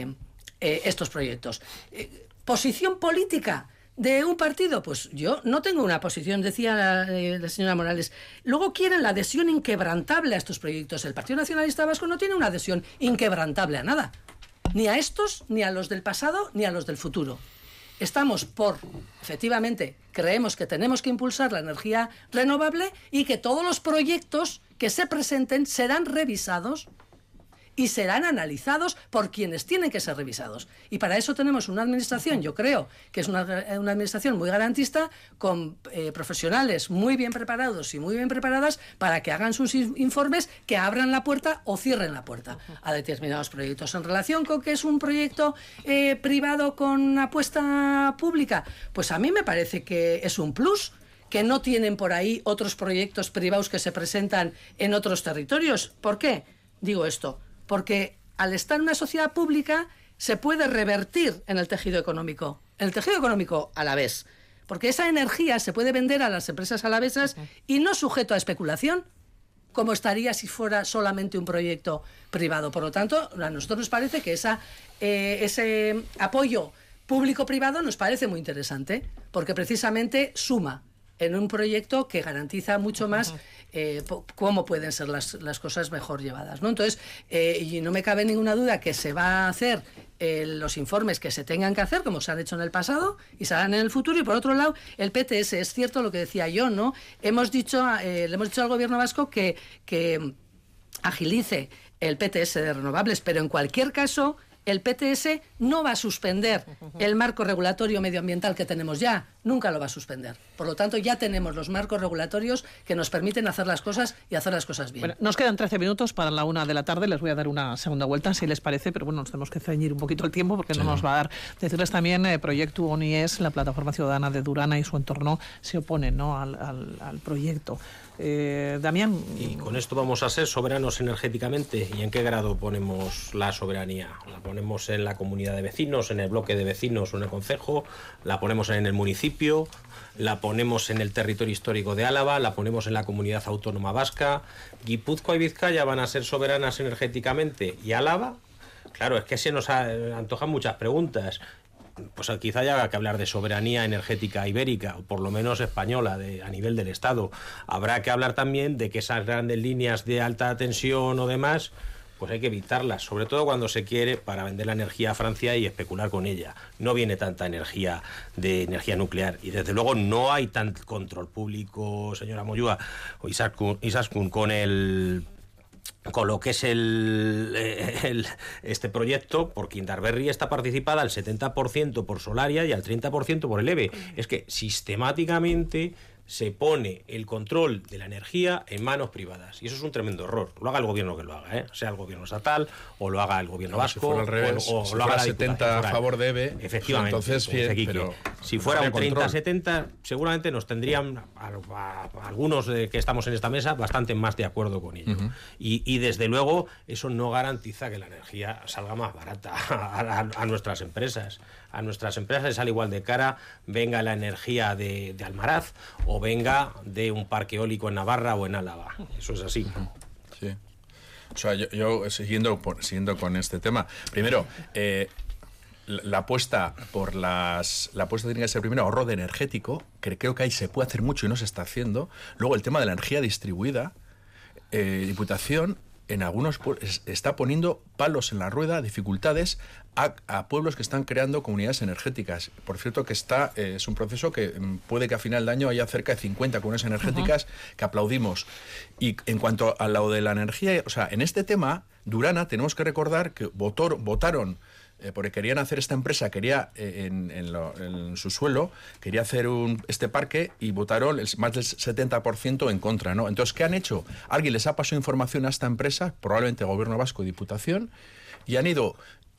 proyectos. Posición política de un partido, pues yo no tengo una posición, decía la señora Morales. Luego quieren la adhesión inquebrantable a estos proyectos. El Partido Nacionalista Vasco no tiene una adhesión inquebrantable a nada, ni a estos, ni a los del pasado, ni a los del futuro. Estamos efectivamente, creemos que tenemos que impulsar la energía renovable y que todos los proyectos que se presenten serán revisados y serán analizados por quienes tienen que ser revisados. Y para eso tenemos una administración, yo creo que es una administración muy garantista, con profesionales muy bien preparados y muy bien preparadas para que hagan sus informes, que abran la puerta o cierren la puerta a determinados proyectos. En relación con que es un proyecto privado con apuesta pública, pues a mí me parece que es un plus, que no tienen por ahí otros proyectos privados que se presentan en otros territorios. ¿Por qué digo esto? Porque al estar en una sociedad pública se puede revertir en el tejido económico alavés, porque esa energía se puede vender a las empresas alavesas y no sujeto a especulación, como estaría si fuera solamente un proyecto privado. Por lo tanto, a nosotros nos parece que ese apoyo público-privado nos parece muy interesante, porque precisamente suma en un proyecto que garantiza mucho más cómo pueden ser las cosas mejor llevadas, ¿no? Entonces, y no me cabe ninguna duda que se va a hacer los informes que se tengan que hacer, como se han hecho en el pasado y se harán en el futuro. Y por otro lado, el PTS, es cierto lo que decía yo, ¿no? Le hemos dicho al Gobierno vasco que agilice el PTS de renovables, pero en cualquier caso el PTS no va a suspender el marco regulatorio medioambiental que tenemos ya, nunca lo va a suspender. Por lo tanto, ya tenemos los marcos regulatorios que nos permiten hacer las cosas y hacer las cosas bien. Bueno, nos quedan 13 minutos para la 1 de la tarde, les voy a dar una segunda vuelta, si les parece, pero bueno, nos tenemos que ceñir un poquito el tiempo porque no nos va a dar. Decirles también, Proyecto ONIES, la plataforma ciudadana de Durana y su entorno, se oponen, ¿no?, al proyecto. Damián. Y con esto vamos a ser soberanos energéticamente. ¿Y en qué grado ponemos la soberanía? ¿La ponemos en la comunidad de vecinos, en el bloque de vecinos o en el concejo? ¿La ponemos en el municipio? ¿La ponemos en el territorio histórico de Álava? ¿La ponemos en la comunidad autónoma vasca? ¿Guipúzcoa y Vizcaya van a ser soberanas energéticamente? ¿Y Álava? Claro, es que se nos antojan muchas preguntas. Pues quizá haya que hablar de soberanía energética ibérica, o por lo menos española, a nivel del Estado. Habrá que hablar también de que esas grandes líneas de alta tensión o demás, pues hay que evitarlas, sobre todo cuando se quiere para vender la energía a Francia y especular con ella. No viene tanta energía de energía nuclear y desde luego no hay tanto control público, señora Moyúa o Izaskun, con lo que es este proyecto, porque Indarberri está participada al 70% por Solaria y al 30% por el EVE. Es que sistemáticamente se pone el control de la energía en manos privadas. Y eso es un tremendo error. Lo haga el gobierno que lo haga, sea el gobierno estatal, o lo haga el gobierno vasco, si fuera al revés, o si lo haga fuera la 70 a favor de EVE, efectivamente, entonces bien, pero si fuera un control. 30-70, seguramente nos tendrían a algunos que estamos en esta mesa bastante más de acuerdo con ello. Y desde luego eso no garantiza que la energía salga más barata a nuestras empresas. A nuestras empresas les sale igual de cara venga la energía de Almaraz o venga de un parque eólico en Navarra o en Álava. Eso es así. Sí. O sea, yo siguiendo con este tema, primero, la apuesta tiene que ser primero ahorro de energético, que creo que ahí se puede hacer mucho y no se está haciendo. Luego el tema de la energía distribuida, Diputación en algunos está poniendo palos en la rueda, dificultades a pueblos que están creando comunidades energéticas. Por cierto, que es un proceso que puede que a final de año haya cerca de 50 comunidades energéticas que aplaudimos. Y en cuanto a lo de la energía, o sea, en este tema, Durana, tenemos que recordar que votaron porque querían hacer esta empresa, quería en su suelo, quería hacer este parque y votaron más del 70% en contra, ¿no? Entonces, ¿qué han hecho? Alguien les ha pasado información a esta empresa, probablemente el Gobierno Vasco y Diputación, y han ido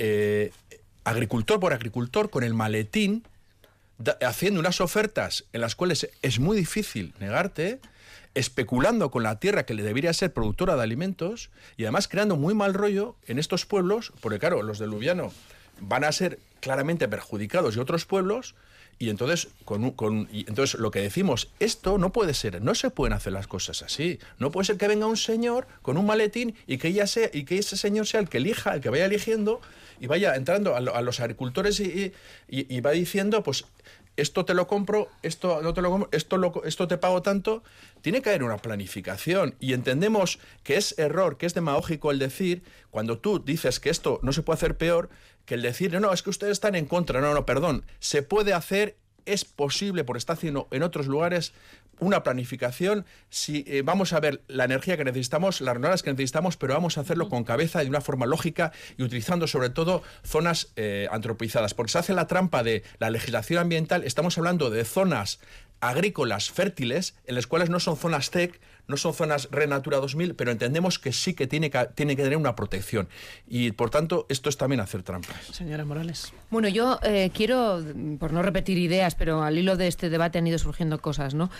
agricultor por agricultor con el maletín haciendo unas ofertas en las cuales es muy difícil negarte, especulando con la tierra que le debería ser productora de alimentos y además creando muy mal rollo en estos pueblos, porque claro, los del Lubiano van a ser claramente perjudicados y otros pueblos, y entonces entonces lo que decimos, esto no puede ser, no se pueden hacer las cosas así, no puede ser que venga un señor con un maletín y que ese señor sea el que elija, el que vaya eligiendo y vaya entrando a los agricultores y va diciendo, pues esto te lo compro, esto no te lo compro, esto te pago tanto. Tiene que haber una planificación y entendemos que es error, que es demagógico el decir, cuando tú dices que esto no se puede hacer peor, que el decir, no, es que ustedes están en contra, no, perdón, se puede hacer, es posible, porque está haciendo en otros lugares una planificación, si vamos a ver la energía que necesitamos, las renovables que necesitamos, pero vamos a hacerlo con cabeza y de una forma lógica y utilizando sobre todo zonas antropizadas, porque se hace la trampa de la legislación ambiental, estamos hablando de zonas agrícolas fértiles, en las cuales no son zonas TEC, no son zonas Red Natura 2000, pero entendemos que sí que tiene que tener una protección. Y, por tanto, esto es también hacer trampas. Señora Morales. Bueno, yo quiero, por no repetir ideas, pero al hilo de este debate han ido surgiendo cosas, ¿no?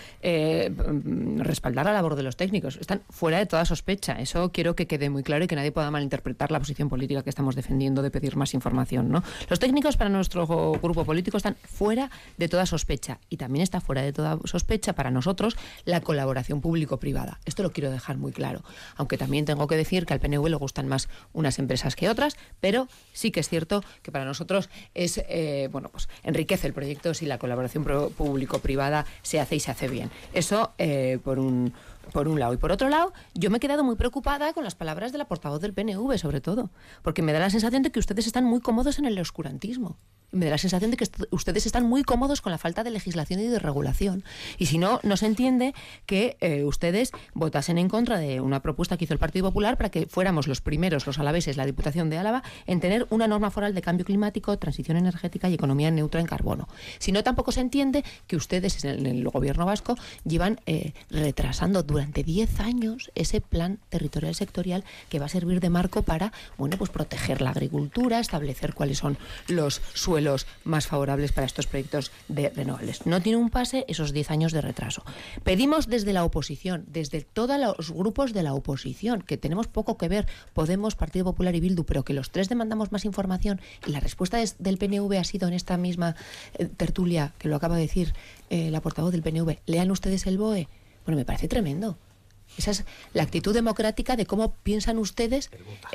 Respaldar la labor de los técnicos. Están fuera de toda sospecha. Eso quiero que quede muy claro y que nadie pueda malinterpretar la posición política que estamos defendiendo de pedir más información, ¿no? Los técnicos para nuestro grupo político están fuera de toda sospecha y también está fuera de toda sospecha para nosotros la colaboración público-privada. Esto lo quiero dejar muy claro, aunque también tengo que decir que al PNV le gustan más unas empresas que otras, pero sí que es cierto que para nosotros es pues enriquece el proyecto si la colaboración público-privada se hace y se hace bien. Eso por un lado. Y por otro lado, yo me he quedado muy preocupada con las palabras de la portavoz del PNV, sobre todo, porque me da la sensación de que ustedes están muy cómodos en el oscurantismo. Me da la sensación de que ustedes están muy cómodos con la falta de legislación y de regulación. Y si no, no se entiende que ustedes votasen en contra de una propuesta que hizo el Partido Popular para que fuéramos los primeros, los alaveses, la Diputación de Álava, en tener una norma foral de cambio climático, transición energética y economía neutra en carbono. Si no, tampoco se entiende que ustedes en el gobierno vasco llevan retrasando durante 10 años ese plan territorial sectorial que va a servir de marco para proteger la agricultura, establecer cuáles son los suelos más favorables para estos proyectos de renovables. No tiene un pase esos 10 años de retraso. Pedimos desde la oposición, desde todos los grupos de la oposición, que tenemos poco que ver, Podemos, Partido Popular y Bildu, pero que los tres demandamos más información y la respuesta del PNV ha sido en esta misma tertulia, que lo acaba de decir la portavoz del PNV, lean ustedes el BOE. Bueno, me parece tremendo. Esa es la actitud democrática de cómo piensan ustedes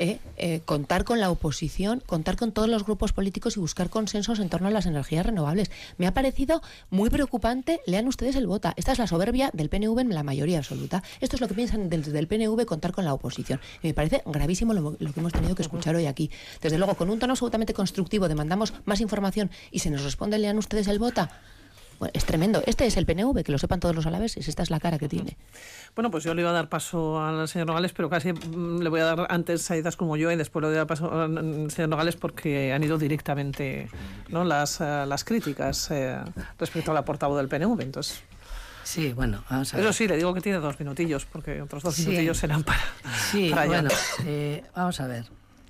contar con la oposición, contar con todos los grupos políticos y buscar consensos en torno a las energías renovables. Me ha parecido muy preocupante. Lean ustedes el vota. Esta es la soberbia del PNV en la mayoría absoluta. Esto es lo que piensan desde el PNV, contar con la oposición. Y me parece gravísimo lo que hemos tenido que escuchar hoy aquí. Desde luego, con un tono absolutamente constructivo, demandamos más información y se nos responde, lean ustedes el vota. Bueno, es tremendo. Este es el PNV, que lo sepan todos los alaveses. Esta es la cara que tiene. Bueno, pues yo le iba a dar paso al señor Nogales, pero casi le voy a dar antes a Idas como yo y después le voy a dar paso al señor Nogales porque han ido directamente, ¿no?, las críticas respecto a la portavoz del PNV. Entonces... Sí, bueno, vamos a ver. Eso sí, le digo que tiene 2 minutillos, porque otros 2 minutillos serán para... Sí, para bueno, vamos a ver.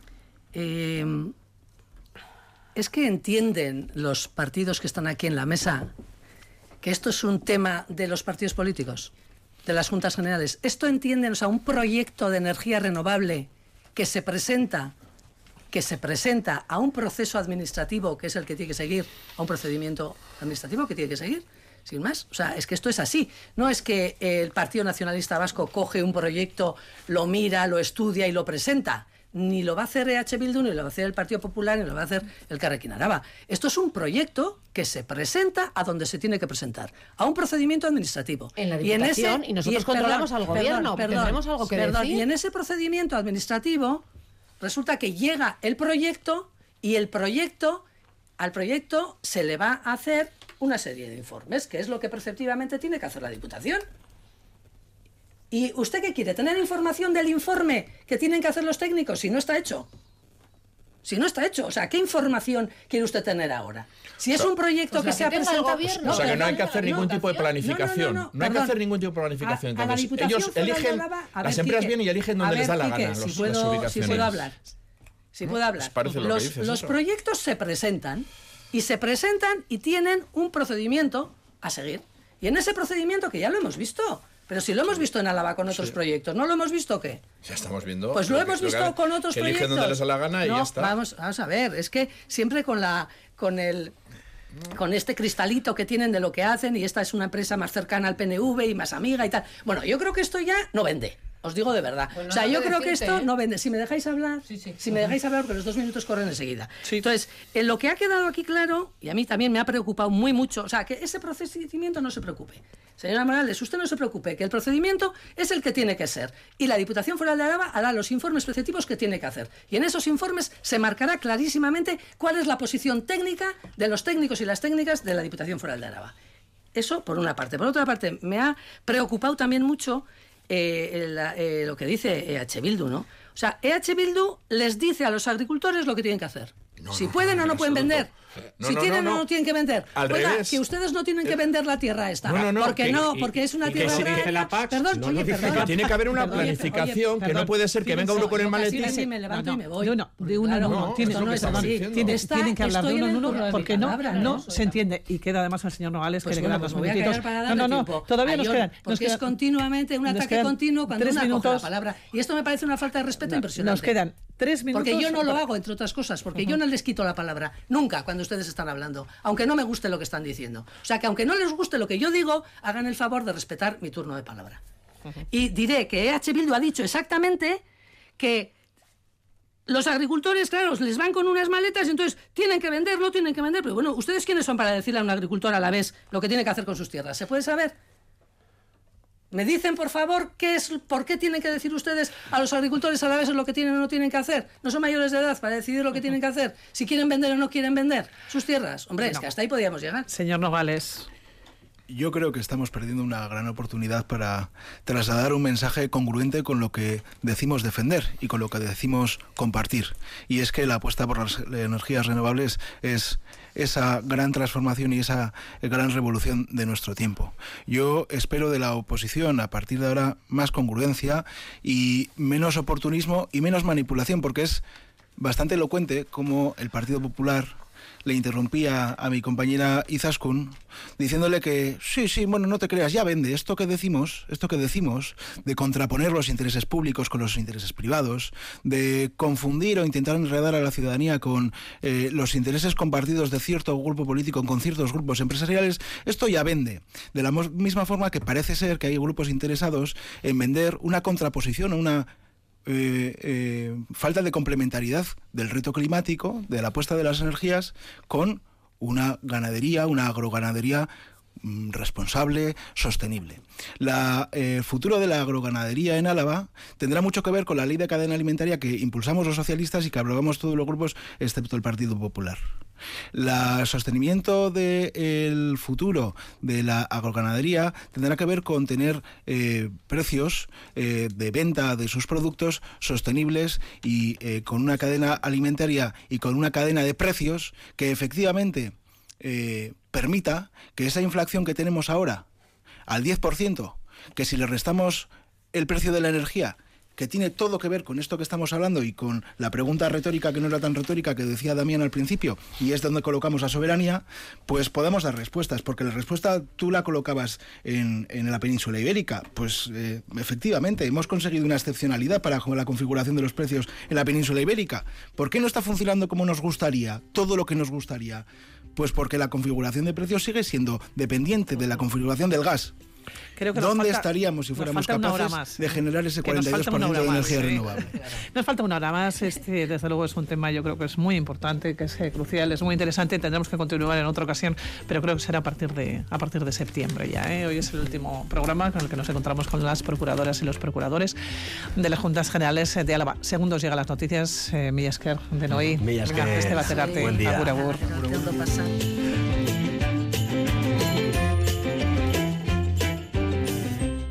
Es que entienden los partidos que están aquí en la mesa que esto es un tema de los partidos políticos, de las juntas generales. Esto entienden, o sea, un proyecto de energía renovable que se presenta a un proceso administrativo que es el que tiene que seguir, a un procedimiento administrativo que tiene que seguir, sin más. O sea, es que esto es así. No es que el Partido Nacionalista Vasco coge un proyecto, lo mira, lo estudia y lo presenta. Ni lo va a hacer EH Bildu, ni lo va a hacer el Partido Popular, ni lo va a hacer el Carrequín Araba. Esto es un proyecto que se presenta a donde se tiene que presentar, a un procedimiento administrativo. En la Diputación, y nosotros controlamos al Gobierno, tenemos algo que decir. Y en ese procedimiento administrativo resulta que llega el proyecto y al proyecto se le va a hacer una serie de informes, que es lo que preceptivamente tiene que hacer la Diputación. ¿Y usted qué quiere? ¿Tener información del informe que tienen que hacer los técnicos si no está hecho? Si no está hecho. O sea, ¿qué información quiere usted tener ahora? Si es un proyecto que se ha presentado... O sea, que no hay que hacer ningún tipo de planificación. No hay que hacer ningún tipo de planificación. Entonces, ellos eligen... Las empresas vienen y eligen donde les da la gana las ubicaciones. Si puedo hablar. Si puedo hablar. Los proyectos se presentan y tienen un procedimiento a seguir. Y en ese procedimiento, que ya lo hemos visto... Pero si lo hemos visto en Álava con otros proyectos, ¿no lo hemos visto o qué? Ya estamos viendo. Pues lo hemos visto con otros proyectos. Eligen donde les da la gana y ya está. Vamos a ver, es que siempre con este cristalito que tienen de lo que hacen, y esta es una empresa más cercana al PNV y más amiga y tal. Bueno, yo creo que esto ya no vende. Os digo de verdad. Pues no, o sea, yo creo que esto no vende. Si me dejáis hablar, me dejáis hablar, porque los 2 minutos corren enseguida. Sí. Entonces, en lo que ha quedado aquí claro, y a mí también me ha preocupado mucho, o sea, que ese procedimiento no se preocupe. Señora Morales, usted no se preocupe, que el procedimiento es el que tiene que ser. Y la Diputación Foral de Álava hará los informes preceptivos que tiene que hacer. Y en esos informes se marcará clarísimamente cuál es la posición técnica de los técnicos y las técnicas de la Diputación Foral de Álava. Eso por una parte. Por otra parte, me ha preocupado también mucho lo que dice EH Bildu, ¿no? O sea, EH Bildu les dice a los agricultores lo que tienen que hacer. Si pueden o no pueden vender. Si tienen o no tienen que vender. Al revés. Que ustedes no tienen que vender la tierra esta. Porque es una tierra agrarias. Perdón, que tiene que haber una planificación, que no puede ser que venga uno con el maletín. Casi me levanto y me voy. De uno en uno. Tienen que hablar de uno en uno, porque no se entiende. Y queda además el señor Nogales, que le quedan 2 minutitos. No, todavía nos quedan. Porque es continuamente un ataque continuo cuando una coge la palabra. Y esto me parece una falta de respeto impresionante. Nos quedan 3 minutos. Porque yo no lo hago, entre otras cosas, porque yo no les quito la palabra, nunca, cuando ustedes están hablando, aunque no me guste lo que están diciendo. O sea, que aunque no les guste lo que yo digo, hagan el favor de respetar mi turno de palabra. Y diré que EH Bildu ha dicho exactamente que los agricultores, claro, les van con unas maletas y entonces tienen que vender, no tienen que vender. Pero bueno, ¿ustedes quiénes son para decirle a un agricultor a la vez lo que tiene que hacer con sus tierras? ¿Se puede saber? ¿Me dicen, por favor, por qué tienen que decir ustedes a los agricultores a la vez lo que tienen o no tienen que hacer? ¿No son mayores de edad para decidir lo que tienen que hacer? Si quieren vender o no quieren vender sus tierras. Hombre, es que hasta ahí podíamos llegar. Señor Nogales. Yo creo que estamos perdiendo una gran oportunidad para trasladar un mensaje congruente con lo que decimos defender y con lo que decimos compartir. Y es que la apuesta por las energías renovables es esa gran transformación y esa gran revolución de nuestro tiempo. Yo espero de la oposición, a partir de ahora, más congruencia y menos oportunismo y menos manipulación, porque es bastante elocuente como el Partido Popular le interrumpía a mi compañera Izaskun diciéndole que sí, bueno, no te creas, ya vende esto que decimos de contraponer los intereses públicos con los intereses privados, de confundir o intentar enredar a la ciudadanía con los intereses compartidos de cierto grupo político con ciertos grupos empresariales, esto ya vende. De la misma forma que parece ser que hay grupos interesados en vender una contraposición o una falta de complementariedad del reto climático, de la apuesta de las energías, con una ganadería, una agroganadería responsable, sostenible. El futuro de la agroganadería en Álava tendrá mucho que ver con la ley de cadena alimentaria que impulsamos los socialistas y que aprobamos todos los grupos excepto el Partido Popular. El sostenimiento del futuro de la agroganadería tendrá que ver con tener precios de venta de sus productos sostenibles y con una cadena alimentaria y con una cadena de precios que efectivamente permita que esa inflación que tenemos ahora al 10%, que si le restamos el precio de la energía, que tiene todo que ver con esto que estamos hablando y con la pregunta retórica, que no era tan retórica, que decía Damián al principio, y es donde colocamos la soberanía, pues podemos dar respuestas, porque la respuesta tú la colocabas en la península ibérica. Pues efectivamente, hemos conseguido una excepcionalidad para la configuración de los precios en la península ibérica. ¿Por qué no está funcionando como nos gustaría, todo lo que nos gustaría? Pues porque la configuración de precios sigue siendo dependiente de la configuración del gas. Creo que ¿Dónde estaríamos si fuéramos capaces de generar ese 42% de energía renovable? Nos falta una hora más. Desde luego es un tema, yo creo que es muy importante, que es crucial, es muy interesante. Tendremos que continuar en otra ocasión, pero creo que será a partir de septiembre ya. Hoy es el último programa con el que nos encontramos con las procuradoras y los procuradores de las Juntas Generales de Álava. Segundos llegan las noticias. Mila esker de Noí. Mila esker. Este va a ser arte. Buen día. Agur, agur.